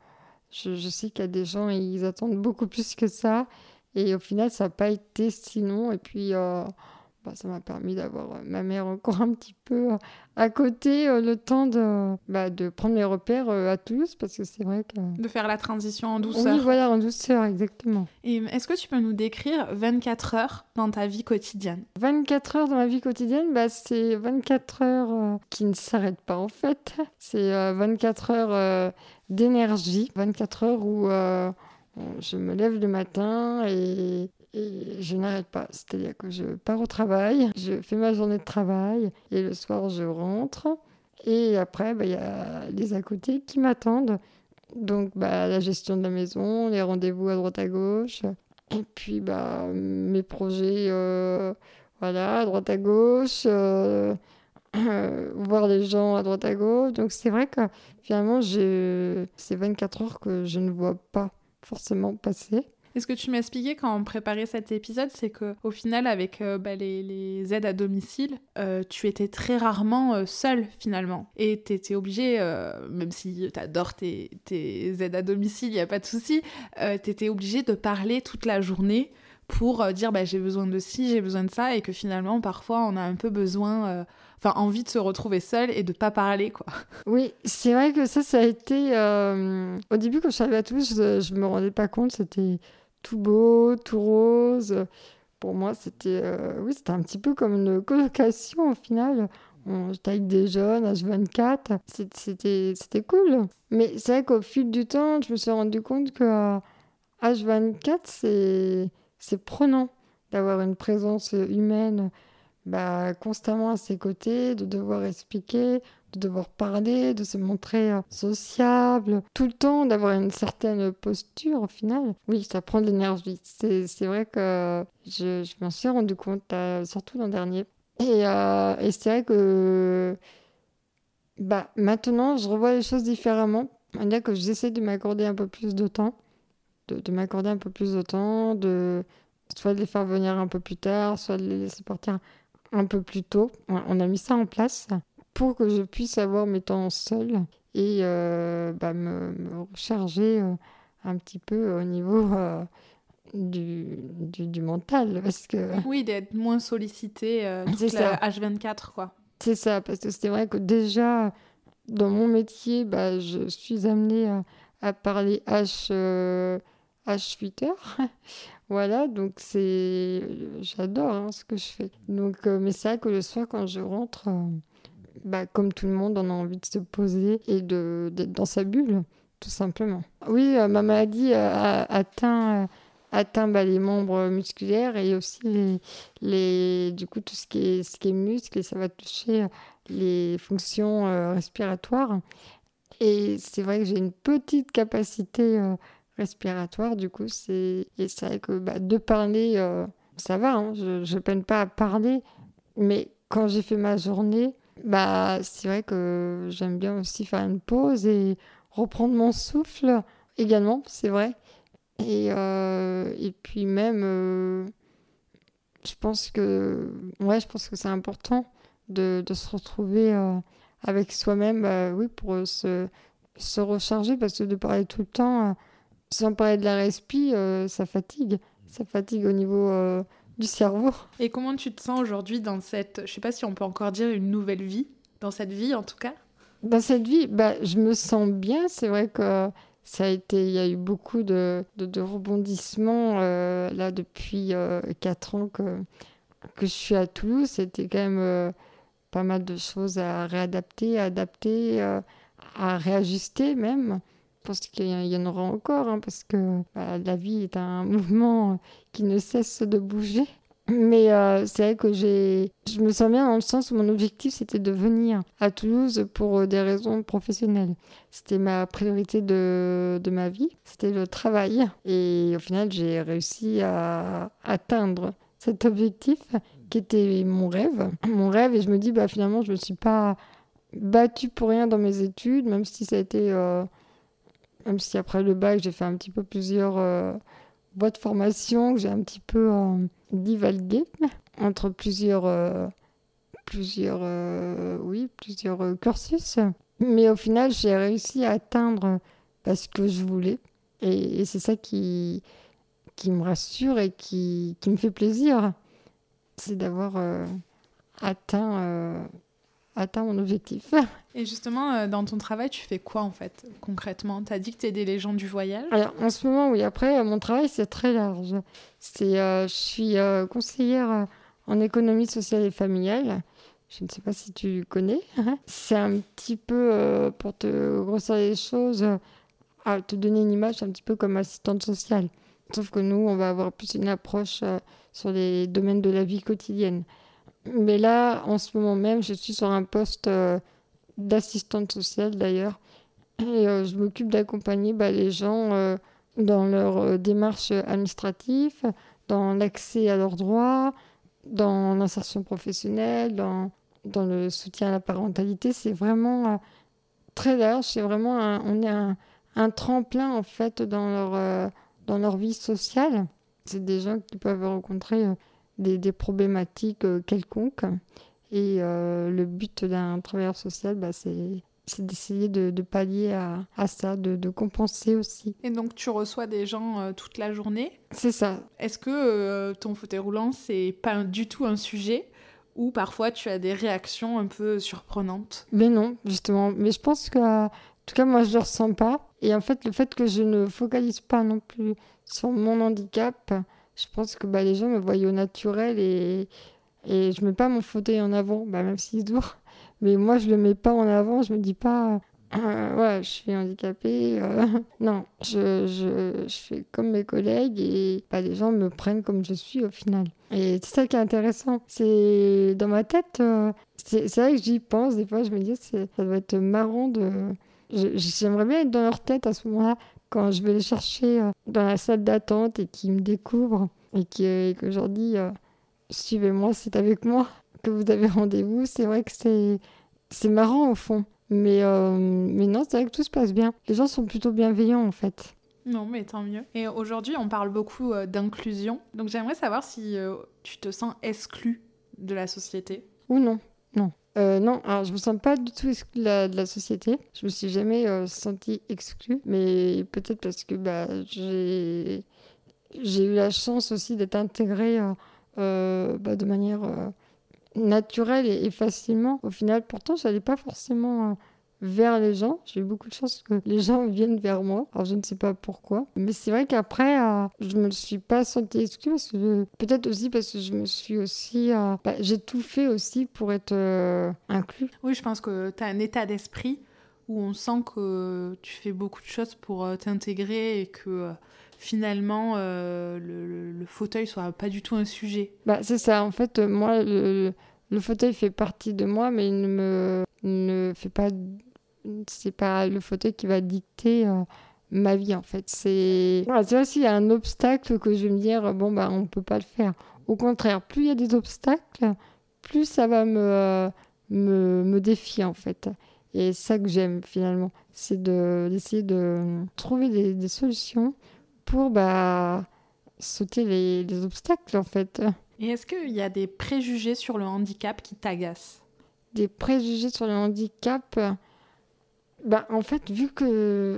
Je sais qu'il y a des gens, ils attendent beaucoup plus que ça. Et au final, ça n'a pas été sinon. Et puis, ça m'a permis d'avoir ma mère encore un petit peu à côté, le temps de prendre mes repères à Toulouse, parce que c'est vrai que... De faire la transition en douceur. Oui, voilà, en douceur, exactement. Et est-ce que tu peux nous décrire 24 heures dans ta vie quotidienne ? 24 heures dans ma vie quotidienne, c'est 24 heures qui ne s'arrêtent pas en fait. C'est 24 heures d'énergie, 24 heures où je me lève le matin et je n'arrête pas. C'est-à-dire que je pars au travail, je fais ma journée de travail et le soir je rentre. Et après, il y a les à côté qui m'attendent. Donc la gestion de la maison, les rendez-vous à droite à gauche. Et puis mes projets, à droite à gauche. Voir les gens à droite à gauche. Donc c'est vrai que finalement, c'est 24 heures que je ne vois pas forcément passer. Et ce que tu m'expliquais quand on préparait cet épisode, c'est qu'au final, avec les aides à domicile, tu étais très rarement seule, finalement. Et tu étais obligée, même si tu adores tes aides à domicile, il n'y a pas de souci, tu étais obligée de parler toute la journée pour dire j'ai besoin de ci, j'ai besoin de ça, et que finalement, parfois, on a un peu besoin... envie de se retrouver seule et de pas parler, quoi. Oui, c'est vrai que ça a été... Au début, quand je suis arrivée à Toulouse, je me rendais pas compte, c'était tout beau, tout rose. Pour moi, c'était un petit peu comme une colocation, au final. J'étais avec des jeunes, H24, c'était cool. Mais c'est vrai qu'au fil du temps, je me suis rendu compte que H24, c'est prenant d'avoir une présence humaine constamment à ses côtés, de devoir expliquer, de devoir parler, de se montrer sociable, tout le temps, d'avoir une certaine posture au final. Oui, ça prend de l'énergie. C'est vrai que je m'en suis rendu compte, surtout l'an dernier. Et c'est vrai que maintenant, je revois les choses différemment. C'est-à-dire que j'essaie de m'accorder un peu plus de temps, soit de les faire venir un peu plus tard, soit de les laisser partir un peu plus tôt. On a mis ça en place pour que je puisse avoir mes temps seuls et me recharger un petit peu au niveau du mental. Parce que... Oui, d'être moins sollicité toute la H24, quoi. C'est ça, parce que c'est vrai que déjà, dans mon métier, je suis amenée à parler H8 heures. Voilà, donc j'adore ce que je fais. Donc, mais c'est vrai que le soir, quand je rentre, comme tout le monde, on a envie de se poser et d'être dans sa bulle, tout simplement. Oui, ma maladie a atteint les membres musculaires et aussi du coup, tout ce qui est muscle, et ça va toucher les fonctions respiratoires. Et c'est vrai que j'ai une petite capacité respiratoire, du coup, et c'est vrai que de parler, ça va, je peine pas à parler, mais quand j'ai fait ma journée, c'est vrai que j'aime bien aussi faire une pause et reprendre mon souffle également, c'est vrai. Et puis même, je pense que c'est important de se retrouver avec soi-même, oui, pour se recharger, parce que de parler tout le temps, sans parler de la respi, ça fatigue. Ça fatigue au niveau du cerveau. Et comment tu te sens aujourd'hui dans cette, je sais pas si on peut encore dire une nouvelle vie, dans cette vie en tout cas ? Dans cette vie, je me sens bien. C'est vrai que il y a eu beaucoup de rebondissements là depuis 4 ans que je suis à Toulouse. C'était quand même pas mal de choses à réadapter, à adapter, à réajuster même. Je pense qu'il y en aura encore, parce que la vie est un mouvement qui ne cesse de bouger. Mais c'est vrai que je me sens bien dans le sens où mon objectif, c'était de venir à Toulouse pour des raisons professionnelles. C'était ma priorité de ma vie, c'était le travail. Et au final, j'ai réussi à atteindre cet objectif qui était mon rêve. Et je me dis, finalement, je ne me suis pas battue pour rien dans mes études, même si ça a été... Même si après le bac, j'ai fait un petit peu plusieurs voies de formation, que j'ai un petit peu divagué entre plusieurs cursus. Mais au final, j'ai réussi à atteindre ce que je voulais. Et c'est ça qui me rassure et qui me fait plaisir. C'est d'avoir atteint mon objectif. Et justement, dans ton travail, tu fais quoi en fait, concrètement? Tu as dit que tu aidais les gens du voyage. Alors, en ce moment, oui, après, mon travail, c'est très large. Je suis conseillère en économie sociale et familiale. Je ne sais pas si tu connais. C'est un petit peu, pour te grossir les choses, à te donner une image, un petit peu comme assistante sociale. Sauf que nous, on va avoir plus une approche sur les domaines de la vie quotidienne. Mais là, en ce moment même, je suis sur un poste d'assistante sociale d'ailleurs. Et je m'occupe d'accompagner les gens dans leur démarche administrative, dans l'accès à leurs droits, dans l'insertion professionnelle, dans le soutien à la parentalité. C'est vraiment très large. C'est vraiment on est un tremplin en fait dans leur vie sociale. C'est des gens qui peuvent rencontrer des problématiques quelconques. Et le but d'un travailleur social, c'est d'essayer de pallier à ça, de compenser aussi. Et donc, tu reçois des gens toute la journée. C'est ça. Est-ce que ton fauteuil roulant, c'est pas du tout un sujet ou parfois tu as des réactions un peu surprenantes? Mais non, justement. Mais je pense que, en tout cas, moi, je le ressens pas. Et en fait, le fait que je ne focalise pas non plus sur mon handicap, je pense que les gens me voient au naturel et je mets pas mon fauteuil en avant, même s'il se voit. Mais moi, je le mets pas en avant. Je me dis pas, ouais, je suis handicapée. Non, je fais comme mes collègues et les gens me prennent comme je suis au final. Et c'est ça qui est intéressant. C'est dans ma tête, c'est vrai que j'y pense. Des fois, je me dis, ça doit être marrant j'aimerais bien être dans leur tête à ce moment-là, quand je vais les chercher dans la salle d'attente et qu'ils me découvrent et que je leur dis, suivez-moi, c'est avec moi que vous avez rendez-vous. C'est vrai que c'est marrant au fond. Mais non, c'est vrai que tout se passe bien. Les gens sont plutôt bienveillants en fait. Non, mais tant mieux. Et aujourd'hui, on parle beaucoup d'inclusion. Donc j'aimerais savoir si tu te sens exclu de la société. Ou non. Non, alors je me sens pas du tout exclue de la société. Je me suis jamais sentie exclue. Mais peut-être parce que j'ai eu la chance aussi d'être intégrée de manière naturelle et facilement. Au final, pourtant, je n'allais pas forcément vers les gens. J'ai eu beaucoup de chance que les gens viennent vers moi. Alors, je ne sais pas pourquoi. Mais c'est vrai qu'après, je ne me suis pas sentie exclue. Peut-être aussi parce que je me suis aussi... j'ai tout fait aussi pour être inclus. Oui, je pense que tu as un état d'esprit où on sent que tu fais beaucoup de choses pour t'intégrer et que... finalement, le fauteuil soit pas du tout un sujet. C'est ça. En fait, moi, le fauteuil fait partie de moi, mais il ne fait pas... C'est pas le fauteuil qui va dicter ma vie, en fait. C'est aussi un obstacle que je vais me dire, on peut pas le faire. Au contraire, plus il y a des obstacles, plus ça va me défier, en fait. Et c'est ça que j'aime, finalement. C'est d'essayer de trouver des solutions pour sauter les obstacles, en fait. Et est-ce qu'il y a des préjugés sur le handicap qui t'agacent? Des préjugés sur le handicap? En fait, vu que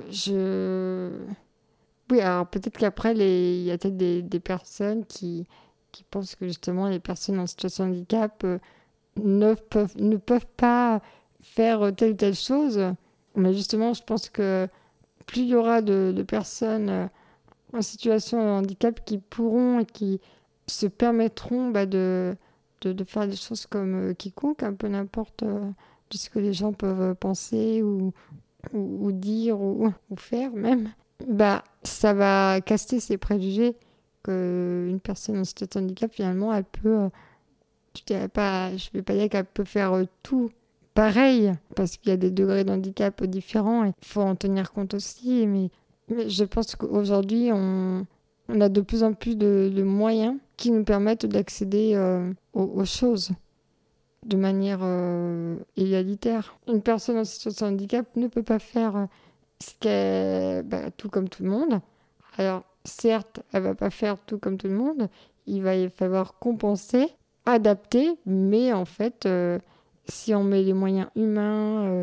oui, alors peut-être qu'après, il y a peut-être des personnes qui pensent que justement les personnes en situation de handicap ne peuvent pas faire telle ou telle chose. Mais justement, je pense que plus il y aura de personnes en situation de handicap qui pourront et qui se permettront de faire des choses comme quiconque, un peu n'importe de ce que les gens peuvent penser ou dire ou faire même, ça va casser ces préjugés qu'une personne en situation de handicap, finalement, elle peut... je vais pas dire qu'elle peut faire tout pareil, parce qu'il y a des degrés de handicap différents et il faut en tenir compte aussi, mais je pense qu'aujourd'hui, on a de plus en plus de moyens qui nous permettent d'accéder aux choses de manière égalitaire. Une personne en situation de handicap ne peut pas faire tout comme tout le monde. Alors, certes, elle ne va pas faire tout comme tout le monde. Il va y falloir compenser, adapter, mais en fait, si on met les moyens humains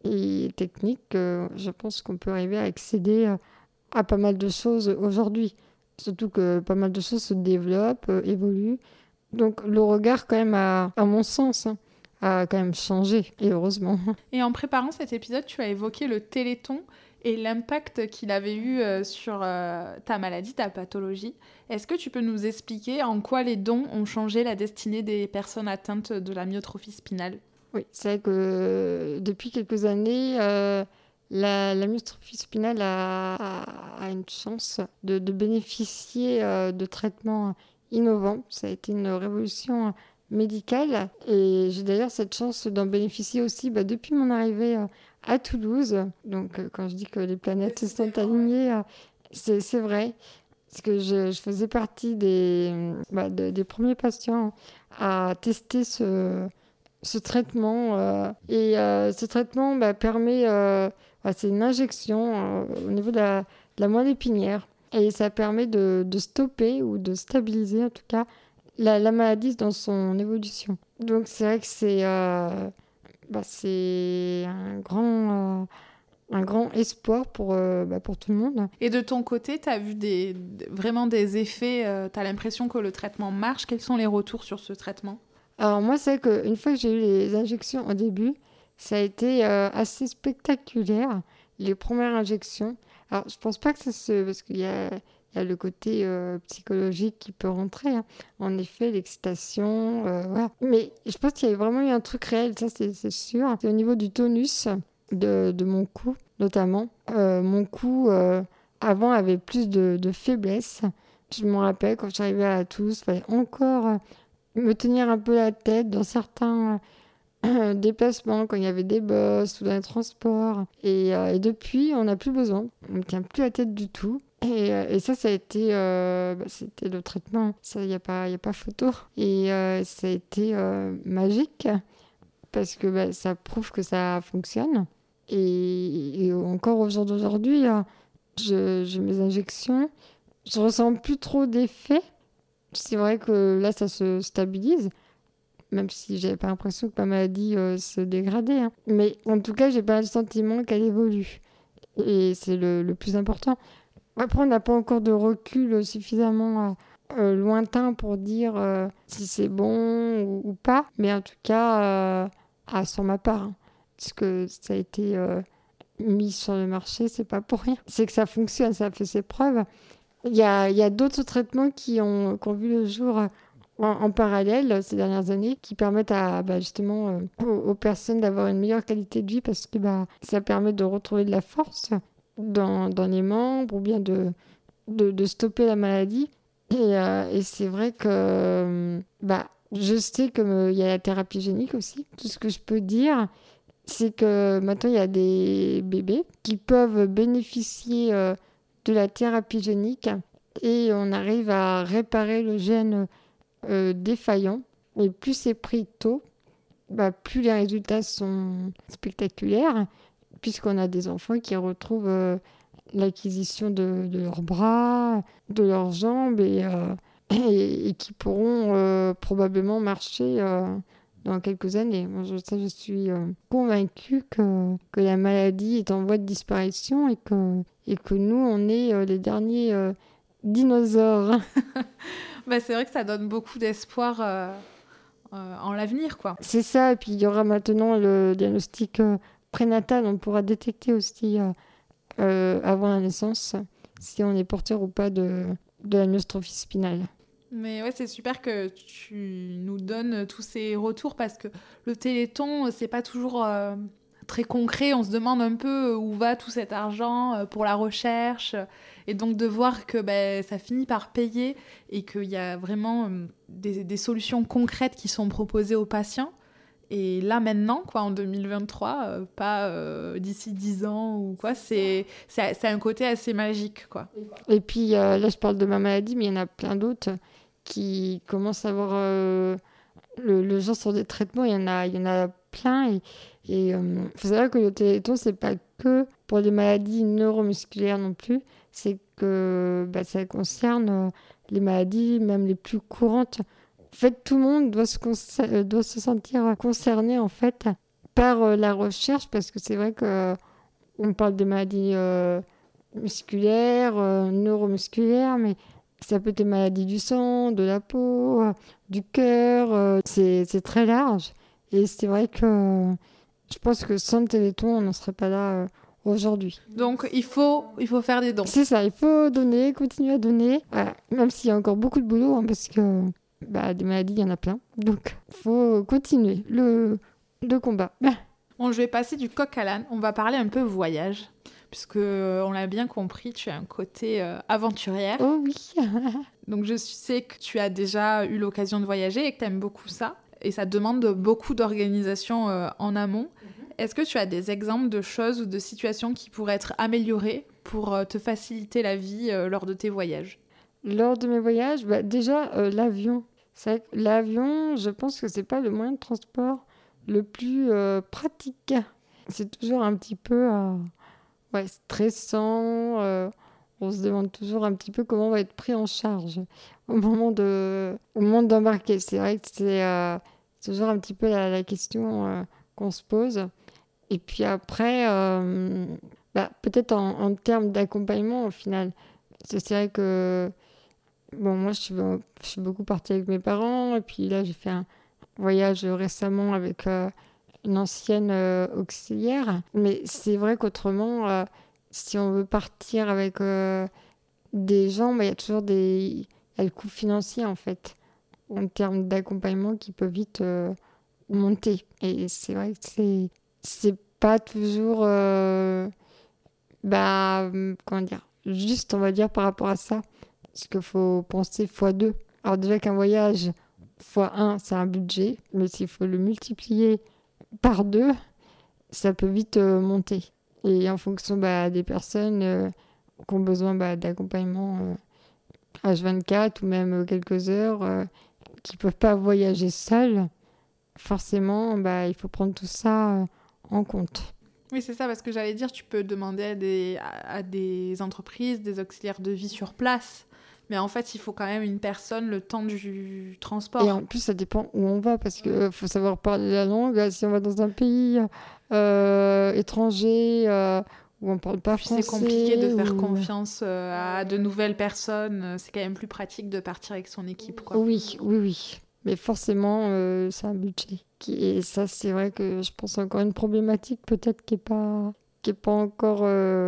et techniques, je pense qu'on peut arriver à accéder à pas mal de choses aujourd'hui. Surtout que pas mal de choses se développent, évoluent. Donc le regard, quand même, à mon sens, a quand même changé, et heureusement. Et en préparant cet épisode, tu as évoqué le Téléthon et l'impact qu'il avait eu sur ta maladie, ta pathologie. Est-ce que tu peux nous expliquer en quoi les dons ont changé la destinée des personnes atteintes de la myotrophie spinale ? Oui, c'est vrai que depuis quelques années, la myotrophie spinale a une chance de bénéficier de traitements innovants. Ça a été une révolution médicale et j'ai d'ailleurs cette chance d'en bénéficier aussi depuis mon arrivée à Toulouse. Donc quand je dis que les planètes se sont alignées, c'est vrai. Parce que je faisais partie des premiers patients à tester ce traitement. Ce traitement permet... c'est une injection au niveau de la moelle épinière. Et ça permet de stopper ou de stabiliser, en tout cas, la maladie dans son évolution. Donc c'est vrai que c'est un grand espoir pour tout le monde. Et de ton côté, tu as vu vraiment des effets, tu as l'impression que le traitement marche. Quels sont les retours sur ce traitement ? Alors moi, c'est vrai qu'une fois que j'ai eu les injections au début, ça a été assez spectaculaire, les premières injections. Alors je pense pas que parce qu'il y a le côté psychologique qui peut rentrer, hein. En effet, l'excitation, voilà. Mais je pense qu'il y a vraiment eu un truc réel, ça c'est sûr. C'est au niveau du tonus de mon cou, notamment. Mon cou, avant, avait plus de faiblesse. Je me rappelle, quand j'arrivais à Toulouse, il fallait encore me tenir un peu la tête dans certains déplacements, quand il y avait des bus ou dans les transports. Et depuis, on n'a plus besoin. On ne tient plus la tête du tout. Et ça a été... c'était le traitement. Ça, il n'y a pas photo. Et ça a été magique parce que ça prouve que ça fonctionne. Et encore au jour d'aujourd'hui, j'ai mes injections. Je ne ressens plus trop d'effets. C'est vrai que là, ça se stabilise, même si j'avais pas l'impression que ma maladie se dégradait, hein. Mais en tout cas, j'ai pas le sentiment qu'elle évolue. Et c'est le plus important. Après, on n'a pas encore de recul suffisamment lointain pour dire si c'est bon ou pas. Mais en tout cas, sur ma part, hein, parce que ça a été mis sur le marché, c'est pas pour rien. C'est que ça fonctionne, ça a fait ses preuves. Il y a d'autres traitements qui ont vu le jour en parallèle ces dernières années, qui permettent justement aux personnes d'avoir une meilleure qualité de vie parce que ça permet de retrouver de la force dans les membres ou bien de stopper la maladie. Et c'est vrai que je sais qu'il y a la thérapie génique aussi. Tout ce que je peux dire, c'est que maintenant il y a des bébés qui peuvent bénéficier de la thérapie génique et on arrive à réparer le gène défaillant. Et plus c'est pris tôt, plus les résultats sont spectaculaires, puisqu'on a des enfants qui retrouvent l'acquisition de leurs bras, de leurs jambes et qui pourront probablement marcher dans quelques années. Moi, je suis convaincue que la maladie est en voie de disparition et que nous, on est les derniers dinosaures. C'est vrai que ça donne beaucoup d'espoir en l'avenir, quoi. C'est ça, et puis il y aura maintenant le diagnostic prénatal. On pourra détecter aussi avant la naissance si on est porteur ou pas de la myotrophie spinale. Mais ouais, c'est super que tu nous donnes tous ces retours parce que le Téléthon, c'est pas toujours très concret. On se demande un peu où va tout cet argent pour la recherche. Et donc de voir que ça finit par payer et qu'il y a vraiment des solutions concrètes qui sont proposées aux patients. Et là maintenant, quoi, en 2023, pas d'ici 10 ans ou quoi, c'est un côté assez magique, quoi. Et puis là, je parle de ma maladie, mais il y en a plein d'autres qui commencent à avoir le genre sur des traitements. Il y en a plein. Et faut savoir que le Téléthon, c'est pas que pour les maladies neuromusculaires non plus. C'est que ça concerne les maladies même les plus courantes. En fait, tout le monde doit se sentir concerné en fait par la recherche, parce que c'est vrai qu'on parle des maladies musculaires, neuromusculaires, mais ça peut être des maladies du sang, de la peau, du cœur, c'est très large. Et c'est vrai que je pense que sans le Téléthon, on n'en serait pas là aujourd'hui. Donc il faut faire des dons. C'est ça, il faut donner, continuer à donner, voilà. Même s'il y a encore beaucoup de boulot, hein, parce que des maladies, il y en a plein. Donc il faut continuer le combat. Bon, je vais passer du coq à l'âne. On va parler un peu voyage, puisque on l'a bien compris, tu as un côté aventurière. Oh oui. Donc je sais que tu as déjà eu l'occasion de voyager et que tu aimes beaucoup ça. Et ça demande beaucoup d'organisation en amont. Est-ce que tu as des exemples de choses ou de situations qui pourraient être améliorées pour te faciliter la vie lors de tes voyages ? Lors de mes voyages, déjà, l'avion. C'est vrai que l'avion, je pense que c'est pas le moyen de transport le plus pratique. C'est toujours un petit peu stressant. On se demande toujours un petit peu comment on va être pris en charge au moment d'embarquer. C'est vrai que c'est toujours un petit peu la question qu'on se pose. Et puis après, peut-être en termes d'accompagnement, au final, c'est vrai que moi, je suis beaucoup partie avec mes parents. Et puis là, j'ai fait un voyage récemment avec une ancienne auxiliaire. Mais c'est vrai qu'autrement, si on veut partir avec des gens, il y a toujours il y a le coût financier, en fait, en termes d'accompagnement qui peut vite monter. Et c'est vrai que c'est pas toujours comment dire, juste, on va dire, par rapport à ça. Parce qu'il faut penser x2. Alors déjà qu'un voyage x1, c'est un budget, mais s'il faut le multiplier par 2, ça peut vite monter. Et en fonction des personnes qui ont besoin d'accompagnement H24 ou même quelques heures, qui ne peuvent pas voyager seuls, forcément, il faut prendre tout ça en compte. Oui, c'est ça, parce que j'allais dire, tu peux demander à des entreprises, des auxiliaires de vie sur place. Mais en fait, il faut quand même une personne le temps du transport. Et en plus, ça dépend où on va, parce qu'il faut savoir parler la langue. Si on va dans un pays étranger où on ne parle pas français... C'est compliqué de faire confiance à de nouvelles personnes. C'est quand même plus pratique de partir avec son équipe, quoi. Oui. Mais forcément, c'est un budget. Et ça, c'est vrai que je pense encore une problématique peut-être qui est pas encore...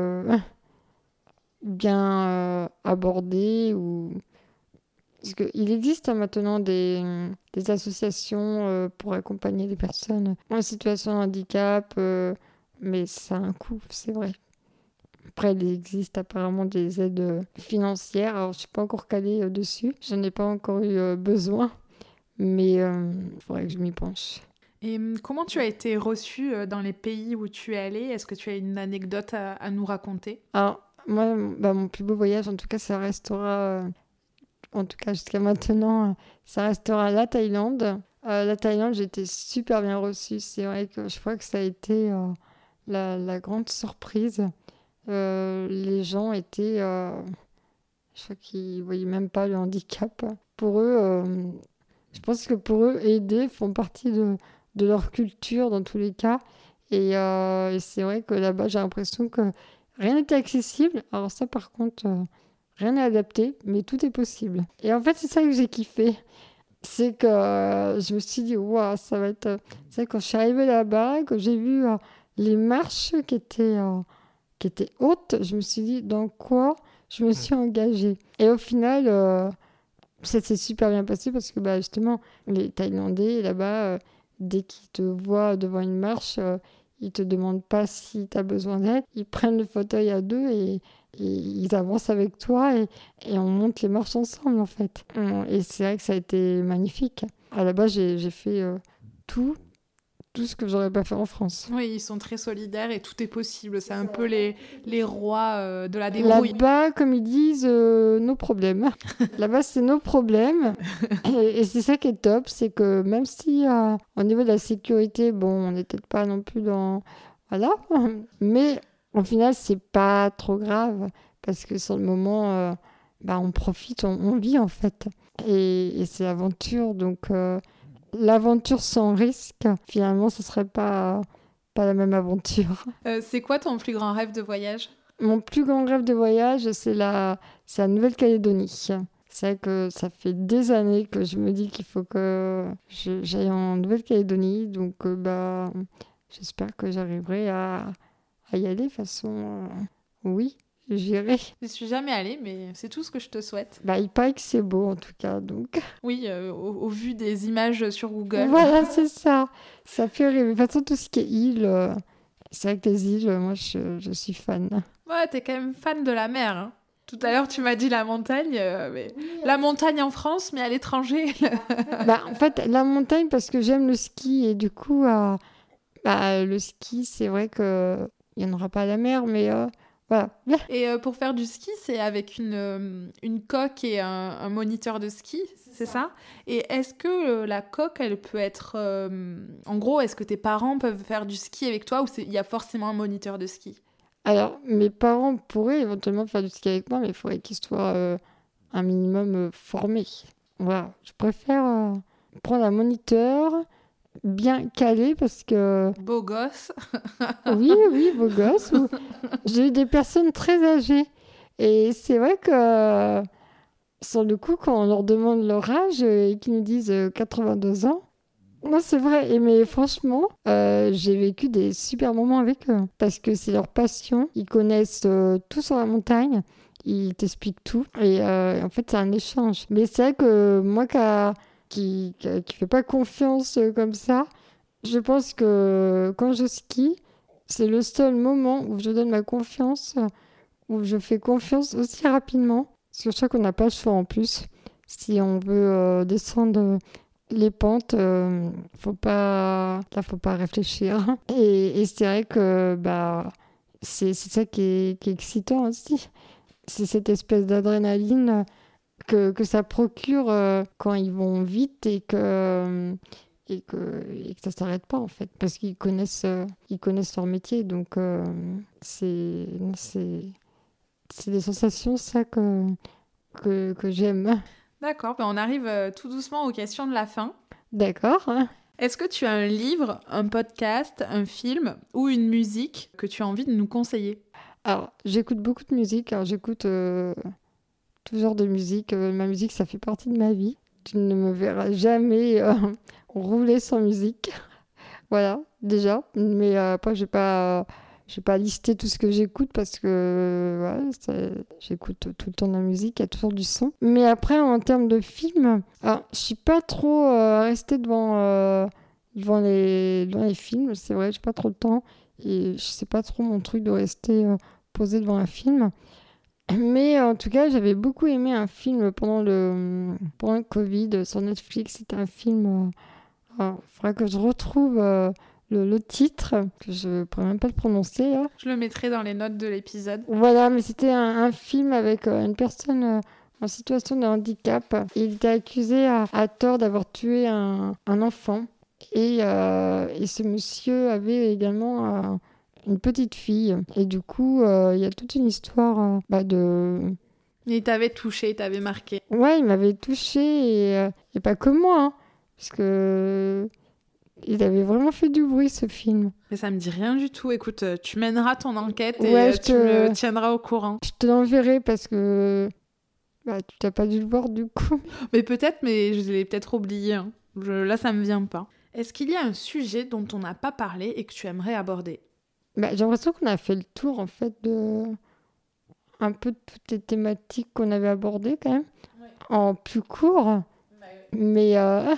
bien abordé parce qu'il existe maintenant des associations pour accompagner les personnes en situation de handicap, mais ça a un coût, c'est vrai. Après, il existe apparemment des aides financières. Alors, je ne suis pas encore calée dessus. Je n'en ai pas encore eu besoin, mais il faudrait que je m'y penche. Et comment tu as été reçue dans les pays où tu es allée ? Est-ce que tu as une anecdote à nous raconter ? Alors, moi, mon plus beau voyage, en tout cas, ça restera, en tout cas jusqu'à maintenant, ça restera la Thaïlande. La Thaïlande, j'ai été super bien reçue. C'est vrai que je crois que ça a été la grande surprise. Les gens étaient... je crois qu'ils ne voyaient même pas le handicap. Pour eux, je pense que pour eux, aider font partie de leur culture dans tous les cas. Et c'est vrai que là-bas, j'ai l'impression que rien n'était accessible. Alors ça, par contre, rien n'est adapté, mais tout est possible. Et en fait, c'est ça que j'ai kiffé. C'est que je me suis dit, waouh, ça va être... C'est vrai, quand je suis arrivée là-bas, quand j'ai vu les marches qui étaient hautes, je me suis dit, dans quoi je me suis engagée. Et au final, ça s'est super bien passé parce que justement, les Thaïlandais, là-bas, dès qu'ils te voient devant une marche... Ils te demandent pas si tu as besoin d'aide. Ils prennent le fauteuil à deux et ils avancent avec toi et on monte les marches ensemble, en fait. Et c'est vrai que ça a été magnifique. À la base, j'ai fait tout ce que j'aurais pas fait en France. Oui, ils sont très solidaires et tout est possible. C'est un peu les rois de la débrouille. Là-bas, comme ils disent, nos problèmes. Là-bas, c'est nos problèmes. Et c'est ça qui est top, c'est que même si au niveau de la sécurité, on n'est peut-être pas non plus dans... Voilà. Mais au final, c'est pas trop grave parce que sur le moment, on profite, on vit en fait. Et c'est l'aventure, donc... l'aventure sans risque, finalement, ce serait pas pas la même aventure. C'est quoi ton plus grand rêve de voyage ? Mon plus grand rêve de voyage, c'est la Nouvelle-Calédonie. C'est vrai que ça fait des années que je me dis qu'il faut que j'aille en Nouvelle-Calédonie. Donc, j'espère que j'arriverai à y aller. De toute façon, oui, j'irai. Je suis jamais allée, mais c'est tout ce que je te souhaite. Il paraît que c'est beau, en tout cas. Donc... Oui, au vu des images sur Google. Voilà, c'est ça. Ça fait rêver. De toute façon, tout ce qui est île, c'est vrai que les îles, moi, je suis fan. Ouais, t'es quand même fan de la mer, hein. Tout à l'heure, tu m'as dit la montagne, mais la montagne en France, mais à l'étranger. En fait, la montagne, parce que j'aime le ski, et du coup, le ski, c'est vrai qu'il n'y en aura pas à la mer, mais voilà. Et pour faire du ski, c'est avec une coque et un moniteur de ski, c'est ça ? Et est-ce que la coque, elle peut être... En gros, est-ce que tes parents peuvent faire du ski avec toi ou il y a forcément un moniteur de ski ? Alors, mes parents pourraient éventuellement faire du ski avec moi, mais il faudrait qu'ils soient un minimum formés. Voilà, je préfère prendre un moniteur bien calé parce que... Beau gosse. Oui, beau gosse. J'ai eu des personnes très âgées. Et c'est vrai que, sur le coup, quand on leur demande leur âge et qu'ils nous disent 82 ans, non, c'est vrai. Mais franchement, j'ai vécu des super moments avec eux. Parce que c'est leur passion. Ils connaissent tout sur la montagne. Ils t'expliquent tout. Et en fait, c'est un échange. Mais c'est vrai que moi qui fait pas confiance comme ça, je pense que quand je skie, c'est le seul moment où je donne ma confiance, où je fais confiance aussi rapidement. Parce que je crois qu'on n'a pas le choix en plus. Si on veut descendre les pentes, faut pas réfléchir. Et c'est vrai que c'est ça qui est excitant aussi. C'est cette espèce d'adrénaline que ça procure quand ils vont vite et que ça s'arrête pas en fait, parce qu'ils connaissent leur métier. Donc c'est des sensations ça que j'aime. D'accord, on arrive tout doucement aux questions de la fin. D'accord. Est-ce que tu as un livre, un podcast, un film ou une musique que tu as envie de nous conseiller ? Alors, j'écoute beaucoup de musique. Alors, j'écoute tout genre de musique. Ma musique, ça fait partie de ma vie. Tu ne me verras jamais rouler sans musique. Voilà, déjà. Mais après, je vais pas lister tout ce que j'écoute parce que j'écoute tout le temps de la musique, il y a toujours du son. Mais après, en termes de films, alors, je suis pas trop restée devant les films. C'est vrai, j'ai pas trop le temps. Et je sais pas trop mon truc de rester posée devant un film. Mais en tout cas, j'avais beaucoup aimé un film pendant le Covid sur Netflix. C'était un film... il faudra que je retrouve le titre, que je ne pourrais même pas le prononcer. Là. Je le mettrai dans les notes de l'épisode. Voilà, mais c'était un film avec une personne en situation de handicap. Il était accusé à tort d'avoir tué un enfant. Et ce monsieur avait également... une petite fille. Et du coup, il y a toute une histoire de... Il t'avait touché, il t'avait marqué. Ouais, il m'avait touchée et pas que moi. Hein, parce que il avait vraiment fait du bruit, ce film. Mais ça me dit rien du tout. Écoute, tu mèneras ton enquête et tu me tiendras au courant. Je te l'enverrai parce que tu n'as pas dû le voir du coup. Mais peut-être, mais je l'ai peut-être oublié. Hein. Là, ça me vient pas. Est-ce qu'il y a un sujet dont on n'a pas parlé et que tu aimerais aborder ? J'ai l'impression qu'on a fait le tour, en fait, de un peu de toutes les thématiques qu'on avait abordées, quand même, en plus court. Mais...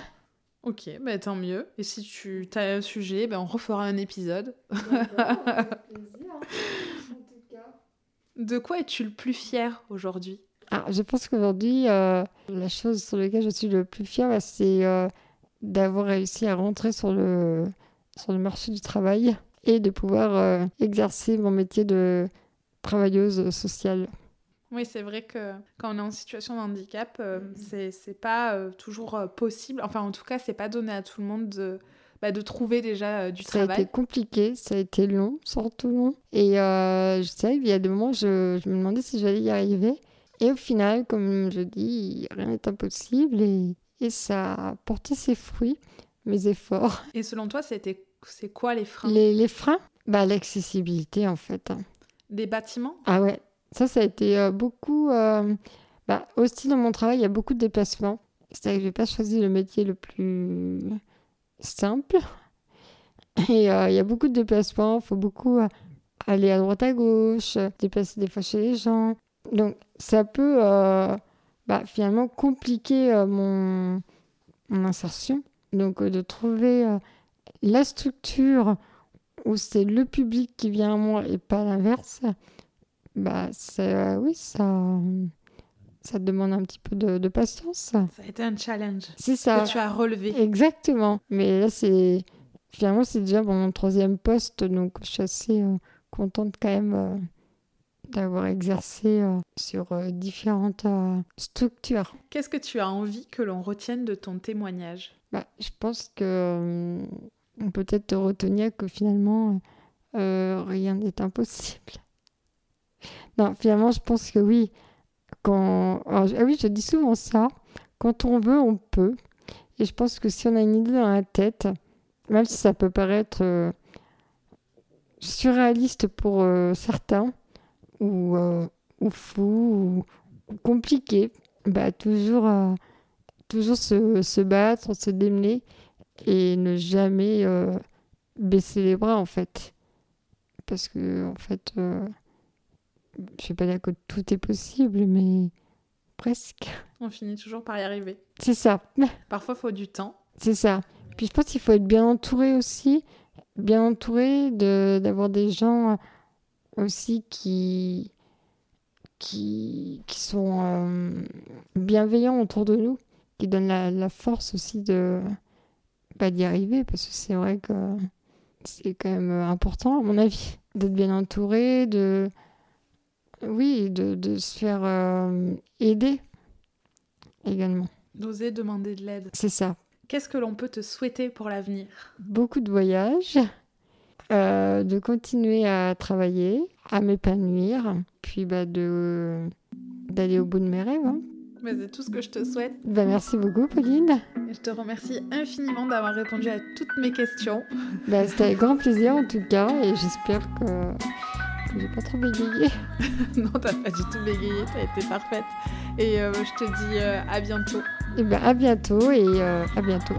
Ok, tant mieux. Et si tu as un sujet, on refera un épisode. Avec plaisir, en tout cas. De quoi es-tu le plus fier aujourd'hui ? Alors, je pense qu'aujourd'hui, la chose sur laquelle je suis le plus fière, c'est d'avoir réussi à rentrer sur le marché du travail. Et de pouvoir exercer mon métier de travailleuse sociale. Oui, c'est vrai que quand on est en situation de handicap, c'est pas toujours possible. Enfin, en tout cas, c'est pas donné à tout le monde de trouver déjà du travail. Ça a été compliqué, ça a été long, surtout long. Et je sais, il y a des moments où je me demandais si j'allais y arriver. Et au final, comme je dis, rien n'est impossible. Et ça a porté ses fruits, mes efforts. Et selon toi, c'était C'est quoi les freins? Les freins, l'accessibilité en fait. Des bâtiments? Ah ouais, ça a été beaucoup... aussi dans mon travail, il y a beaucoup de déplacements. C'est-à-dire que je n'ai pas choisi le métier le plus simple. Et il y a beaucoup de déplacements, il faut beaucoup aller à droite à gauche, déplacer des fois chez les gens. Donc ça peut finalement compliquer mon insertion. Donc de trouver la structure où c'est le public qui vient à moi et pas l'inverse, ça demande un petit peu de patience. Ça a été un challenge. C'est ça. Que tu as relevé. Exactement. Mais là, finalement, c'est déjà mon 3e poste, donc je suis assez contente quand même d'avoir exercé sur différentes structures. Qu'est-ce que tu as envie que l'on retienne de ton témoignage? Je pense que on peut peut-être retenir que finalement, rien n'est impossible. Non, finalement, je pense que oui. Je dis souvent ça. Quand on veut, on peut. Et je pense que si on a une idée dans la tête, même si ça peut paraître surréaliste pour certains, ou fou, ou compliqué, toujours se battre, se démener et ne jamais baisser les bras en fait. Parce que en fait, je vais pas dire que tout est possible, mais presque. On finit toujours par y arriver. C'est ça. Parfois, il faut du temps. C'est ça. Puis je pense qu'il faut être bien entouré aussi. Bien entouré d'avoir des gens aussi qui sont bienveillants autour de nous, qui donnent la force aussi d'y arriver, parce que c'est vrai que c'est quand même important, à mon avis, d'être bien entouré, de se faire aider également. D'oser demander de l'aide. C'est ça. Qu'est-ce que l'on peut te souhaiter pour l'avenir? Beaucoup de voyages, de continuer à travailler, à m'épanouir, puis d'aller au bout de mes rêves. Hein. C'est tout ce que je te souhaite. Merci beaucoup, Pauline. Et je te remercie infiniment d'avoir répondu à toutes mes questions. C'était avec grand plaisir en tout cas, et j'espère que j'ai pas trop bégayé. Non, t'as pas du tout bégayé, t'as été parfaite. Et je te dis à bientôt. À bientôt et à bientôt.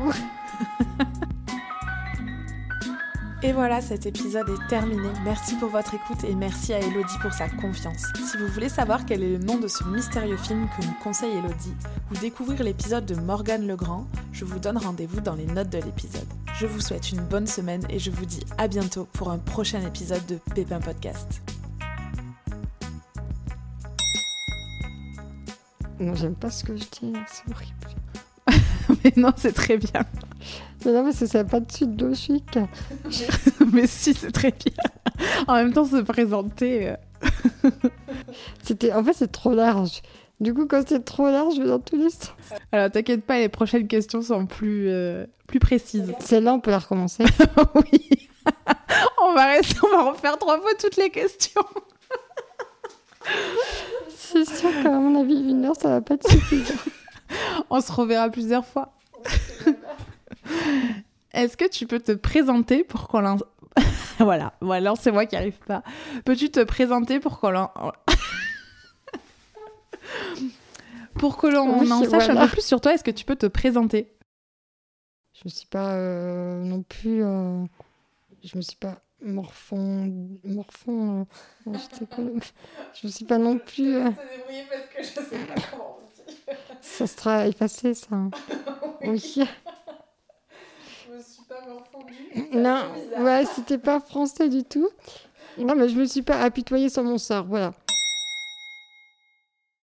Et voilà, cet épisode est terminé. Merci pour votre écoute et merci à Elodie pour sa confiance. Si vous voulez savoir quel est le nom de ce mystérieux film que nous conseille Elodie, ou découvrir l'épisode de Morgane Legrand, je vous donne rendez-vous dans les notes de l'épisode. Je vous souhaite une bonne semaine et je vous dis à bientôt pour un prochain épisode de Pépin Podcast. Non, j'aime pas ce que je dis, c'est horrible. Mais non, c'est très bien. Mais non, parce que ça n'a pas de suite logique. Mais si, c'est très bien. En même temps, se présenter... En fait, c'est trop large. Du coup, quand c'est trop large, je vais dans tous les sens. Alors, t'inquiète pas, les prochaines questions sont plus précises. Celle-là, on peut la recommencer. Oui. On va refaire 3 fois toutes les questions. C'est sûr qu'à mon avis, 1 heure, ça va pas être suffisant. On se reverra plusieurs fois. Est-ce que tu peux te présenter pour qu'on l'en... Voilà, c'est moi qui arrive pas. Peux-tu te présenter pour qu'on l'en... Pour que l'on en sache un peu plus sur toi, est-ce que tu peux te présenter? Je me suis pas non plus... Je me suis pas morphon... Je me suis pas non plus... Je vais te débrouiller parce que je sais pas comment on dit. Ça sera effacé, ça. Oui. Je me suis pas morfondue. Non, ouais, c'était pas français du tout. Non, mais je me suis pas apitoyée sur mon sort, voilà.